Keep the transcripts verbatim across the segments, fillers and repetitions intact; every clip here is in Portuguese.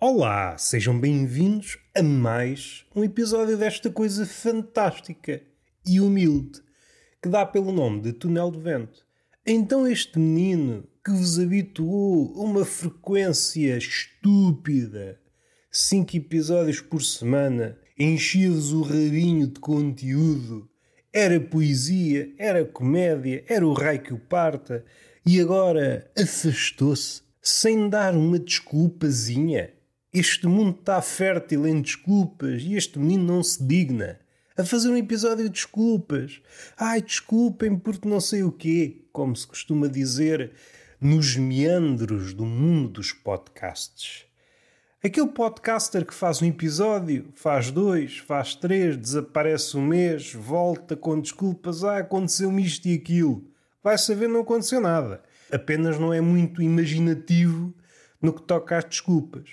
Olá, sejam bem-vindos a mais um episódio desta coisa fantástica e humilde que dá pelo nome de Túnel de Vento. Então este menino que vos habituou a uma frequência estúpida, cinco episódios por semana, enchia-vos o rabinho de conteúdo, era poesia, era comédia, era o raio que o parta, e agora afastou-se sem dar uma desculpazinha. Este mundo está fértil em desculpas e este menino não se digna a fazer um episódio de desculpas. Ai, desculpem porque não sei o quê, como se costuma dizer nos meandros do mundo dos podcasts. Aquele podcaster que faz um episódio, faz dois, faz três, desaparece um mês, volta com desculpas, ah, aconteceu-me isto e aquilo. Vai saber, não aconteceu nada. Apenas não é muito imaginativo no que toca às desculpas.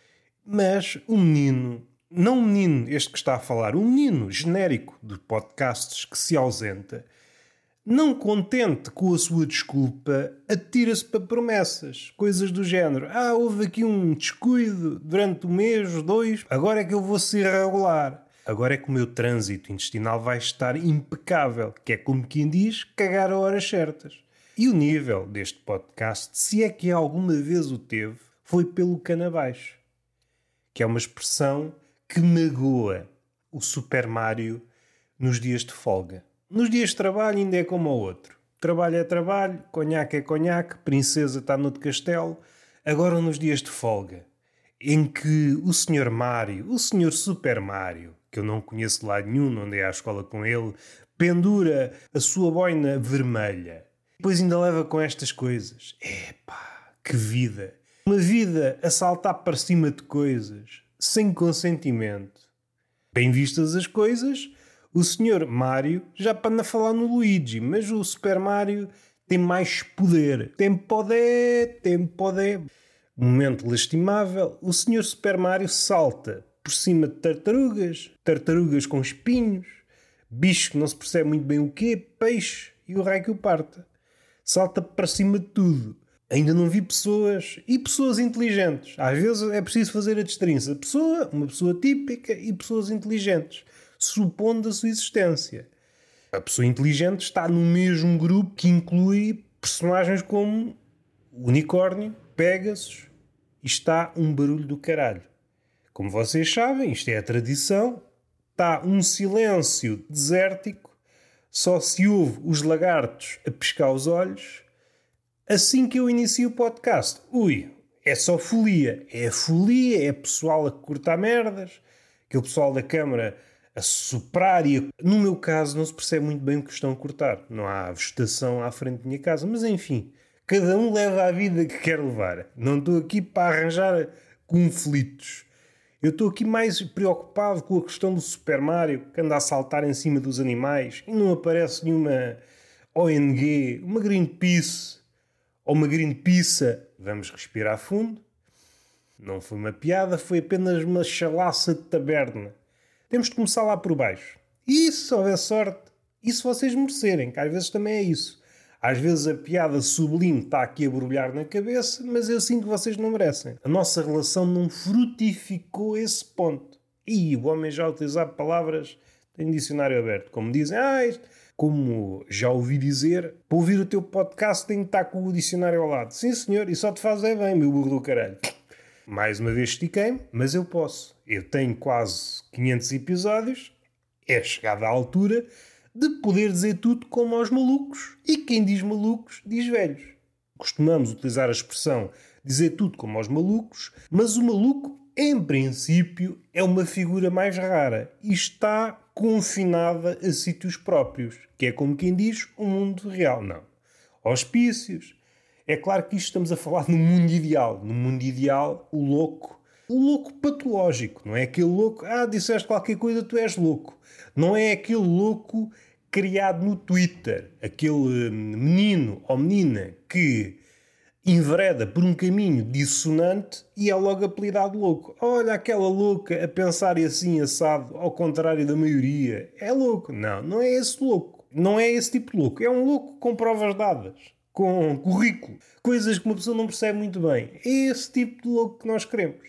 Mas o menino, não o menino este que está a falar, o menino genérico de podcasts que se ausenta, não contente com a sua desculpa, atira-se para promessas, coisas do género. Ah, houve aqui um descuido durante um mês, dois, agora é que eu vou ser regular. Agora é que o meu trânsito intestinal vai estar impecável, que é como quem diz, cagar a horas certas. E o nível deste podcast, se é que alguma vez o teve, foi pelo cano abaixo, que é uma expressão que magoa o Super Mario nos dias de folga. Nos dias de trabalho ainda é como ao outro. Trabalho é trabalho, conhaque é conhaque, princesa está no outro castelo. Agora nos dias de folga, em que o senhor Mario, o senhor Super Mario, que eu não conheço de lado nenhum, não andei à escola com ele, pendura a sua boina vermelha. Depois ainda leva com estas coisas. Epá, que vida! Uma vida a saltar para cima de coisas, sem consentimento. Bem vistas as coisas, o senhor Mario já para falar no Luigi, mas o Super Mario tem mais poder. Tem poder, tem poder. Momento lastimável, o senhor Super Mario salta por cima de tartarugas, tartarugas com espinhos, bicho que não se percebe muito bem o quê, peixe e o raio que o parta. Salta para cima de tudo. Ainda não vi pessoas, e pessoas inteligentes. Às vezes é preciso fazer a distinção. Pessoa, uma pessoa típica e pessoas inteligentes, supondo a sua existência. A pessoa inteligente está no mesmo grupo que inclui personagens como o unicórnio, Pegasus, e está um barulho do caralho. Como vocês sabem, isto é a tradição, está um silêncio desértico, só se ouve os lagartos a piscar os olhos. Assim que eu inicio o podcast, ui, é só folia. É folia, é pessoal a cortar merdas, aquele pessoal da câmara a soprar e a... No meu caso não se percebe muito bem o que estão a cortar. Não há vegetação à frente da minha casa, mas enfim, cada um leva a vida que quer levar. Não estou aqui para arranjar conflitos. Eu estou aqui mais preocupado com a questão do Super Mario, que anda a saltar em cima dos animais e não aparece nenhuma O N G, uma Greenpeace ou uma Greenpeace. Vamos respirar fundo. Não foi uma piada, foi apenas uma chalaça de taberna. Temos de começar lá por baixo. E se houver sorte, e se vocês merecerem, que às vezes também é isso. Às vezes a piada sublime está aqui a borbulhar na cabeça, mas eu sinto que vocês não merecem. A nossa relação não frutificou esse ponto. E o homem já utilizava palavras, tem dicionário aberto, como dizem, ah, isto... Como já ouvi dizer, para ouvir o teu podcast tem que estar com o dicionário ao lado. Sim senhor, e só te faz é bem, meu burro do caralho. Mais uma vez estiquei-me, mas eu posso. Eu tenho quase quinhentos episódios, é chegada a altura de poder dizer tudo como aos malucos. E quem diz malucos, diz velhos. Costumamos utilizar a expressão dizer tudo como aos malucos, mas o maluco, em princípio, é uma figura mais rara e está confinada a sítios próprios, que é como quem diz o mundo real. Não. Hospícios. É claro que isto estamos a falar no mundo ideal. No mundo ideal, o louco, o louco patológico, não é aquele louco, ah, disseste qualquer coisa, tu és louco. Não é aquele louco criado no Twitter, aquele menino ou menina que envereda por um caminho dissonante e é logo apelidado louco. Olha aquela louca a pensar assim assado, ao contrário da maioria. É louco. Não, não é esse louco. Não é esse tipo de louco. É um louco com provas dadas, com currículo, coisas que uma pessoa não percebe muito bem. É esse tipo de louco que nós queremos.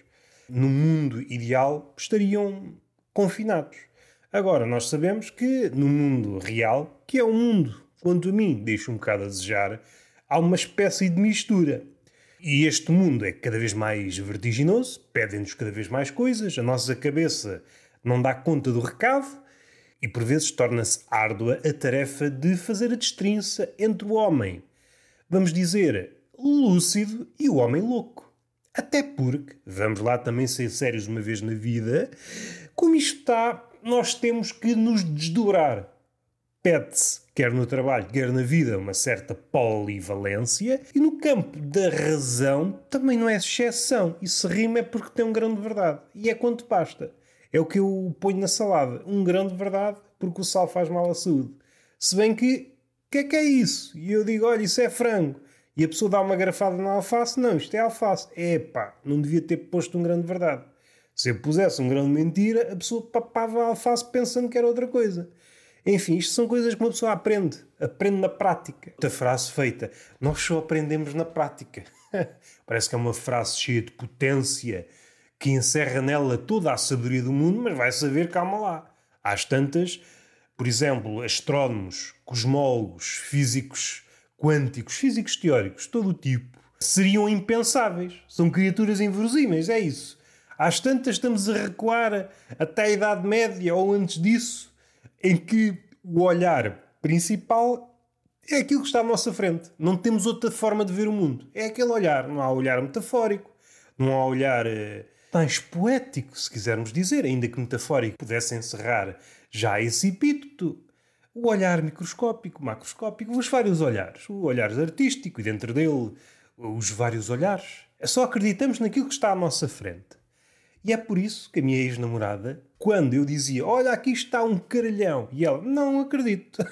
no mundo ideal, estariam confinados. Agora, nós sabemos que no mundo real, que é um mundo, quanto a mim, deixa um bocado a desejar, há uma espécie de mistura. E este mundo é cada vez mais vertiginoso, pedem-nos cada vez mais coisas, a nossa cabeça não dá conta do recado e por vezes torna-se árdua a tarefa de fazer a destrinça entre o homem, vamos dizer, lúcido e o homem louco. Até porque, vamos lá também ser sérios uma vez na vida, como isto está, nós temos que nos desdobrar. Pede-se, quer no trabalho, quer na vida, uma certa polivalência e no campo da razão também não é exceção. E se rima é porque tem um grão de verdade. E é quanto basta. É o que eu ponho na salada. Um grão de verdade porque o sal faz mal à saúde. Se bem que, o que é que é isso? E eu digo, olha, isso é frango. E a pessoa dá uma garrafada na alface. Não, isto é alface. Epá, não devia ter posto um grão de verdade. Se eu pusesse um grão de mentira, a pessoa papava a alface pensando que era outra coisa. Enfim, isto são coisas que uma pessoa aprende. Aprende na prática. Outra frase feita. Nós só aprendemos na prática. Parece que é uma frase cheia de potência que encerra nela toda a sabedoria do mundo, mas vai saber, calma lá. Às tantas, por exemplo, astrónomos, cosmólogos, físicos quânticos, físicos teóricos, todo o tipo, seriam impensáveis. São criaturas inverosímeis, é isso. Às tantas estamos a recuar até a Idade Média ou antes disso, em que o olhar principal é aquilo que está à nossa frente. Não temos outra forma de ver o mundo. É aquele olhar. Não há olhar metafórico, não há olhar eh, mais poético, se quisermos dizer, ainda que metafórico pudesse encerrar já esse epíteto. O olhar microscópico, macroscópico, os vários olhares. O olhar artístico e dentro dele os vários olhares. Só acreditamos naquilo que está à nossa frente. E é por isso que a minha ex-namorada, quando eu dizia, olha, aqui está um caralhão, e ela, não acredito.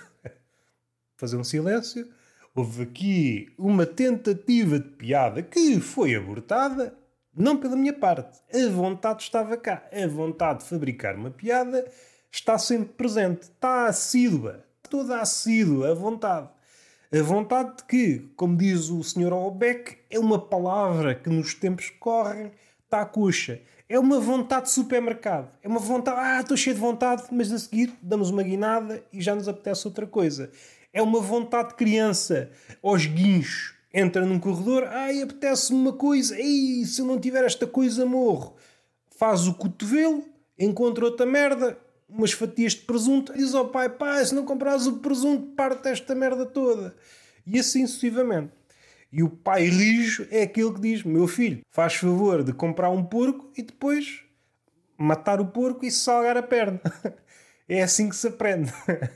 Fazer um silêncio. Houve aqui uma tentativa de piada que foi abortada, não pela minha parte. A vontade estava cá. A vontade de fabricar uma piada está sempre presente. Está assídua. Toda assídua. A vontade. A vontade de que, como diz o senhor Albeck, é uma palavra que nos tempos que correm está à coxa. É uma vontade de supermercado. É uma vontade... Ah, estou cheio de vontade, mas a seguir damos uma guinada e já nos apetece outra coisa. É uma vontade de criança. Aos guinchos. Entra num corredor. Ai, apetece-me uma coisa. Ei, se eu não tiver esta coisa, morro. Faz o cotovelo. Encontra outra merda. Umas fatias de presunto. Diz ao pai, pai, se não comprares o presunto, parte esta merda toda. E assim sucessivamente. E o pai rijo é aquele que diz, meu filho, faz favor de comprar um porco e depois matar o porco e salgar a perna. É assim que se aprende.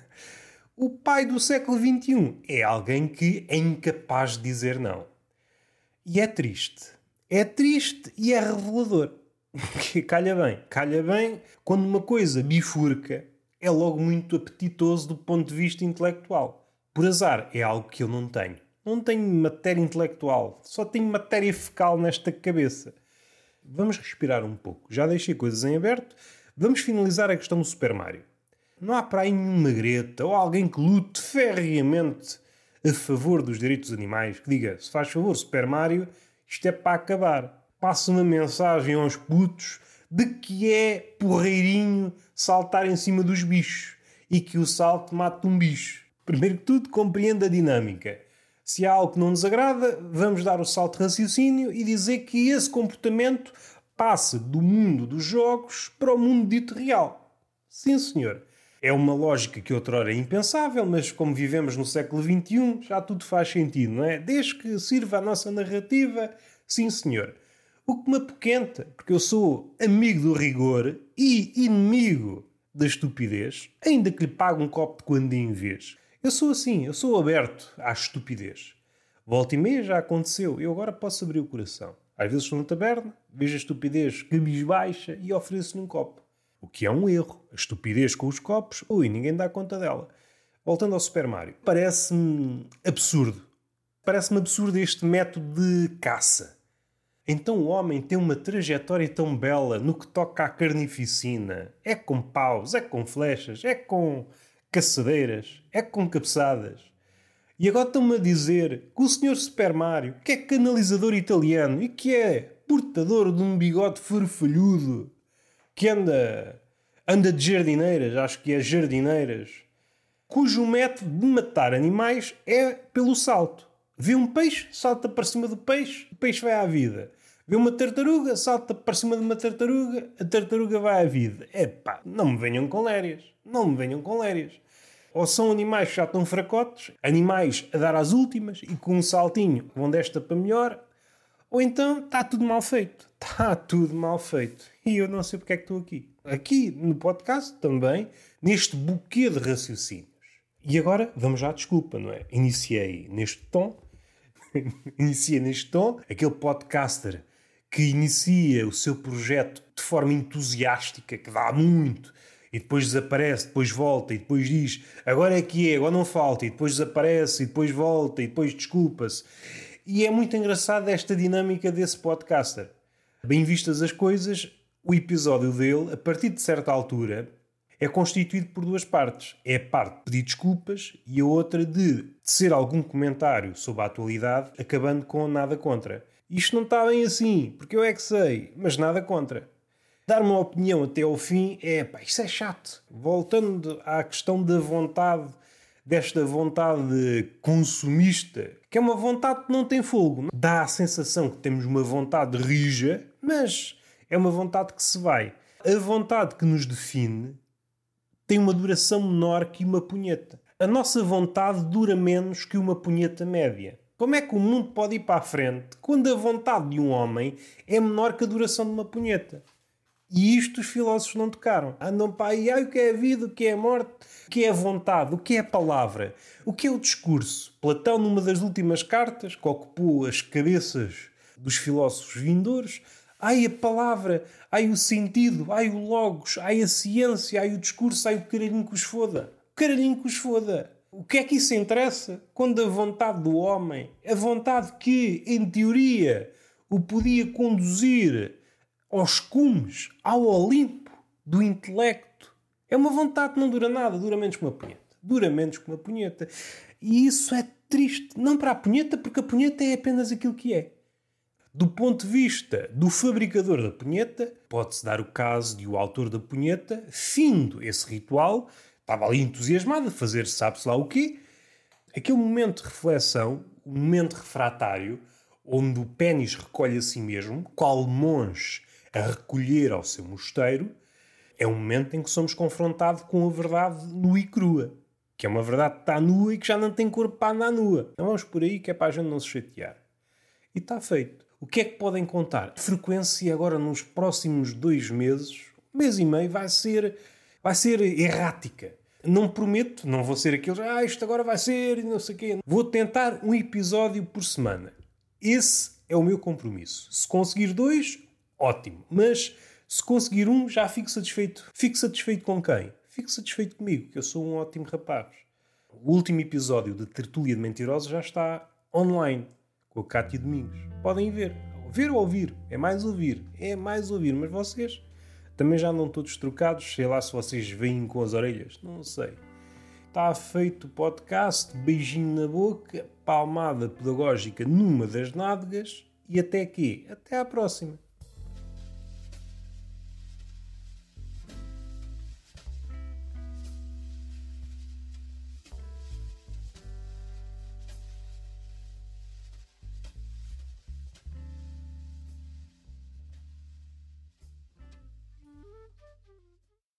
O pai do século vinte e um é alguém que é incapaz de dizer não. E é triste. É triste e é revelador. Calha bem. Calha bem quando uma coisa bifurca é logo muito apetitoso do ponto de vista intelectual. Por azar, é algo que eu não tenho. Não tenho matéria intelectual. Só tenho matéria fecal nesta cabeça. Vamos respirar um pouco. Já deixei coisas em aberto. Vamos finalizar a questão do Super Mario. Não há para aí nenhuma greta ou alguém que lute ferreamente a favor dos direitos dos animais, que diga, se faz favor, Super Mario, isto é para acabar. Passa uma mensagem aos putos de que é porreirinho saltar em cima dos bichos e que o salto mata um bicho. Primeiro que tudo, compreenda a dinâmica. Se há algo que não nos agrada, vamos dar o salto de raciocínio e dizer que esse comportamento passa do mundo dos jogos para o mundo dito real. Sim, senhor. É uma lógica que outrora é impensável, mas como vivemos no século vinte e um, já tudo faz sentido, não é? Desde que sirva a nossa narrativa, sim, senhor. O que me apoquenta, porque eu sou amigo do rigor e inimigo da estupidez, ainda que lhe pague um copo de quando em vez. Eu sou assim, eu sou aberto à estupidez. Volta e meia já aconteceu, eu agora posso abrir o coração. Às vezes estou na taberna, vejo a estupidez cabisbaixa e ofereço-lhe um copo. O que é um erro. A estupidez com os copos, ui, ninguém dá conta dela. Voltando ao Super Mario. Parece-me absurdo. Parece-me absurdo este método de caça. Então o homem tem uma trajetória tão bela no que toca à carnificina. É com paus, é com flechas, é com caçadeiras, é com cabeçadas. E agora estão-me a dizer que o senhor Super Mario, que é canalizador italiano e que é portador de um bigode farfalhudo, que anda, anda de jardineiras, acho que é jardineiras, cujo método de matar animais é pelo salto. Vê um peixe, salta para cima do peixe, o peixe vai à vida. Vê uma tartaruga, salta para cima de uma tartaruga, a tartaruga vai à vida. Epá, não me venham com lérias. Não me venham com lérias. Ou são animais que já estão fracotes, animais a dar às últimas e com um saltinho vão desta para melhor, ou então está tudo mal feito. Está tudo mal feito. E eu não sei porque é que estou aqui. Aqui no podcast também, neste buquê de raciocínios. E agora vamos à desculpa, não é? Iniciei neste tom, iniciei neste tom, aquele podcaster que inicia o seu projeto de forma entusiástica, que dá muito, e depois desaparece, depois volta, e depois diz agora é que é, agora não falta, e depois desaparece, e depois volta, e depois desculpa-se. E é muito engraçado esta dinâmica desse podcaster. Bem vistas as coisas, o episódio dele, a partir de certa altura, é constituído por duas partes. É a parte de pedir desculpas e a outra de tecer algum comentário sobre a atualidade, acabando com nada contra. Isto não está bem assim, porque eu é que sei, mas nada contra. Dar uma opinião até ao fim é, pá, isso é chato. Voltando à questão da vontade, desta vontade consumista, que é uma vontade que não tem fogo. Dá a sensação que temos uma vontade rija, mas é uma vontade que se vai. A vontade que nos define tem uma duração menor que uma punheta. A nossa vontade dura menos que uma punheta média. Como é que o mundo pode ir para a frente quando a vontade de um homem é menor que a duração de uma punheta? E isto os filósofos não tocaram. Andam para aí, ah, o que é a vida, o que é a morte, o que é a vontade, o que é a palavra, o que é o discurso. Platão, numa das últimas cartas, que ocupou as cabeças dos filósofos vindouros, ai a palavra, ai o sentido, ai o logos, ai a ciência, ai o discurso, ai o caralhinho que os foda. O caralhinho que os foda. O que é que isso interessa quando a vontade do homem, a vontade que, em teoria, o podia conduzir aos cumes, ao Olimpo do intelecto, é uma vontade que não dura nada, dura menos que uma punheta. Dura menos que uma punheta. E isso é triste. Não para a punheta, porque a punheta é apenas aquilo que é. Do ponto de vista do fabricador da punheta, pode-se dar o caso de o autor da punheta, findo esse ritual, estava ali entusiasmado a fazer sabe-se lá o quê, aquele momento de reflexão, o momento refratário, onde o pénis recolhe a si mesmo, qual monge a recolher ao seu mosteiro, é um momento em que somos confrontados com a verdade nua e crua, que é uma verdade que está nua e que já não tem corpo para andar nua. Então vamos por aí, que é para a gente não se chatear. E está feito. O que é que podem contar? A frequência agora nos próximos dois meses, mês e meio, vai ser, vai ser errática. Não prometo, não vou ser aqueles, ah, isto agora vai ser e não sei o quê. Vou tentar um episódio por semana. Esse é o meu compromisso. Se conseguir dois, ótimo. Mas se conseguir um, já fico satisfeito. Fico satisfeito com quem? Fico satisfeito comigo, que eu sou um ótimo rapaz. O último episódio de Tertúlia de Mentirosos já está online, com a Cátia Domingos. Podem ver. Ver ou ouvir. É mais ouvir. É mais ouvir. Mas vocês também já andam todos trocados. Sei lá se vocês veem com as orelhas. Não sei. Está feito o podcast. Beijinho na boca. Palmada pedagógica numa das nádegas. E até aqui. Até à próxima.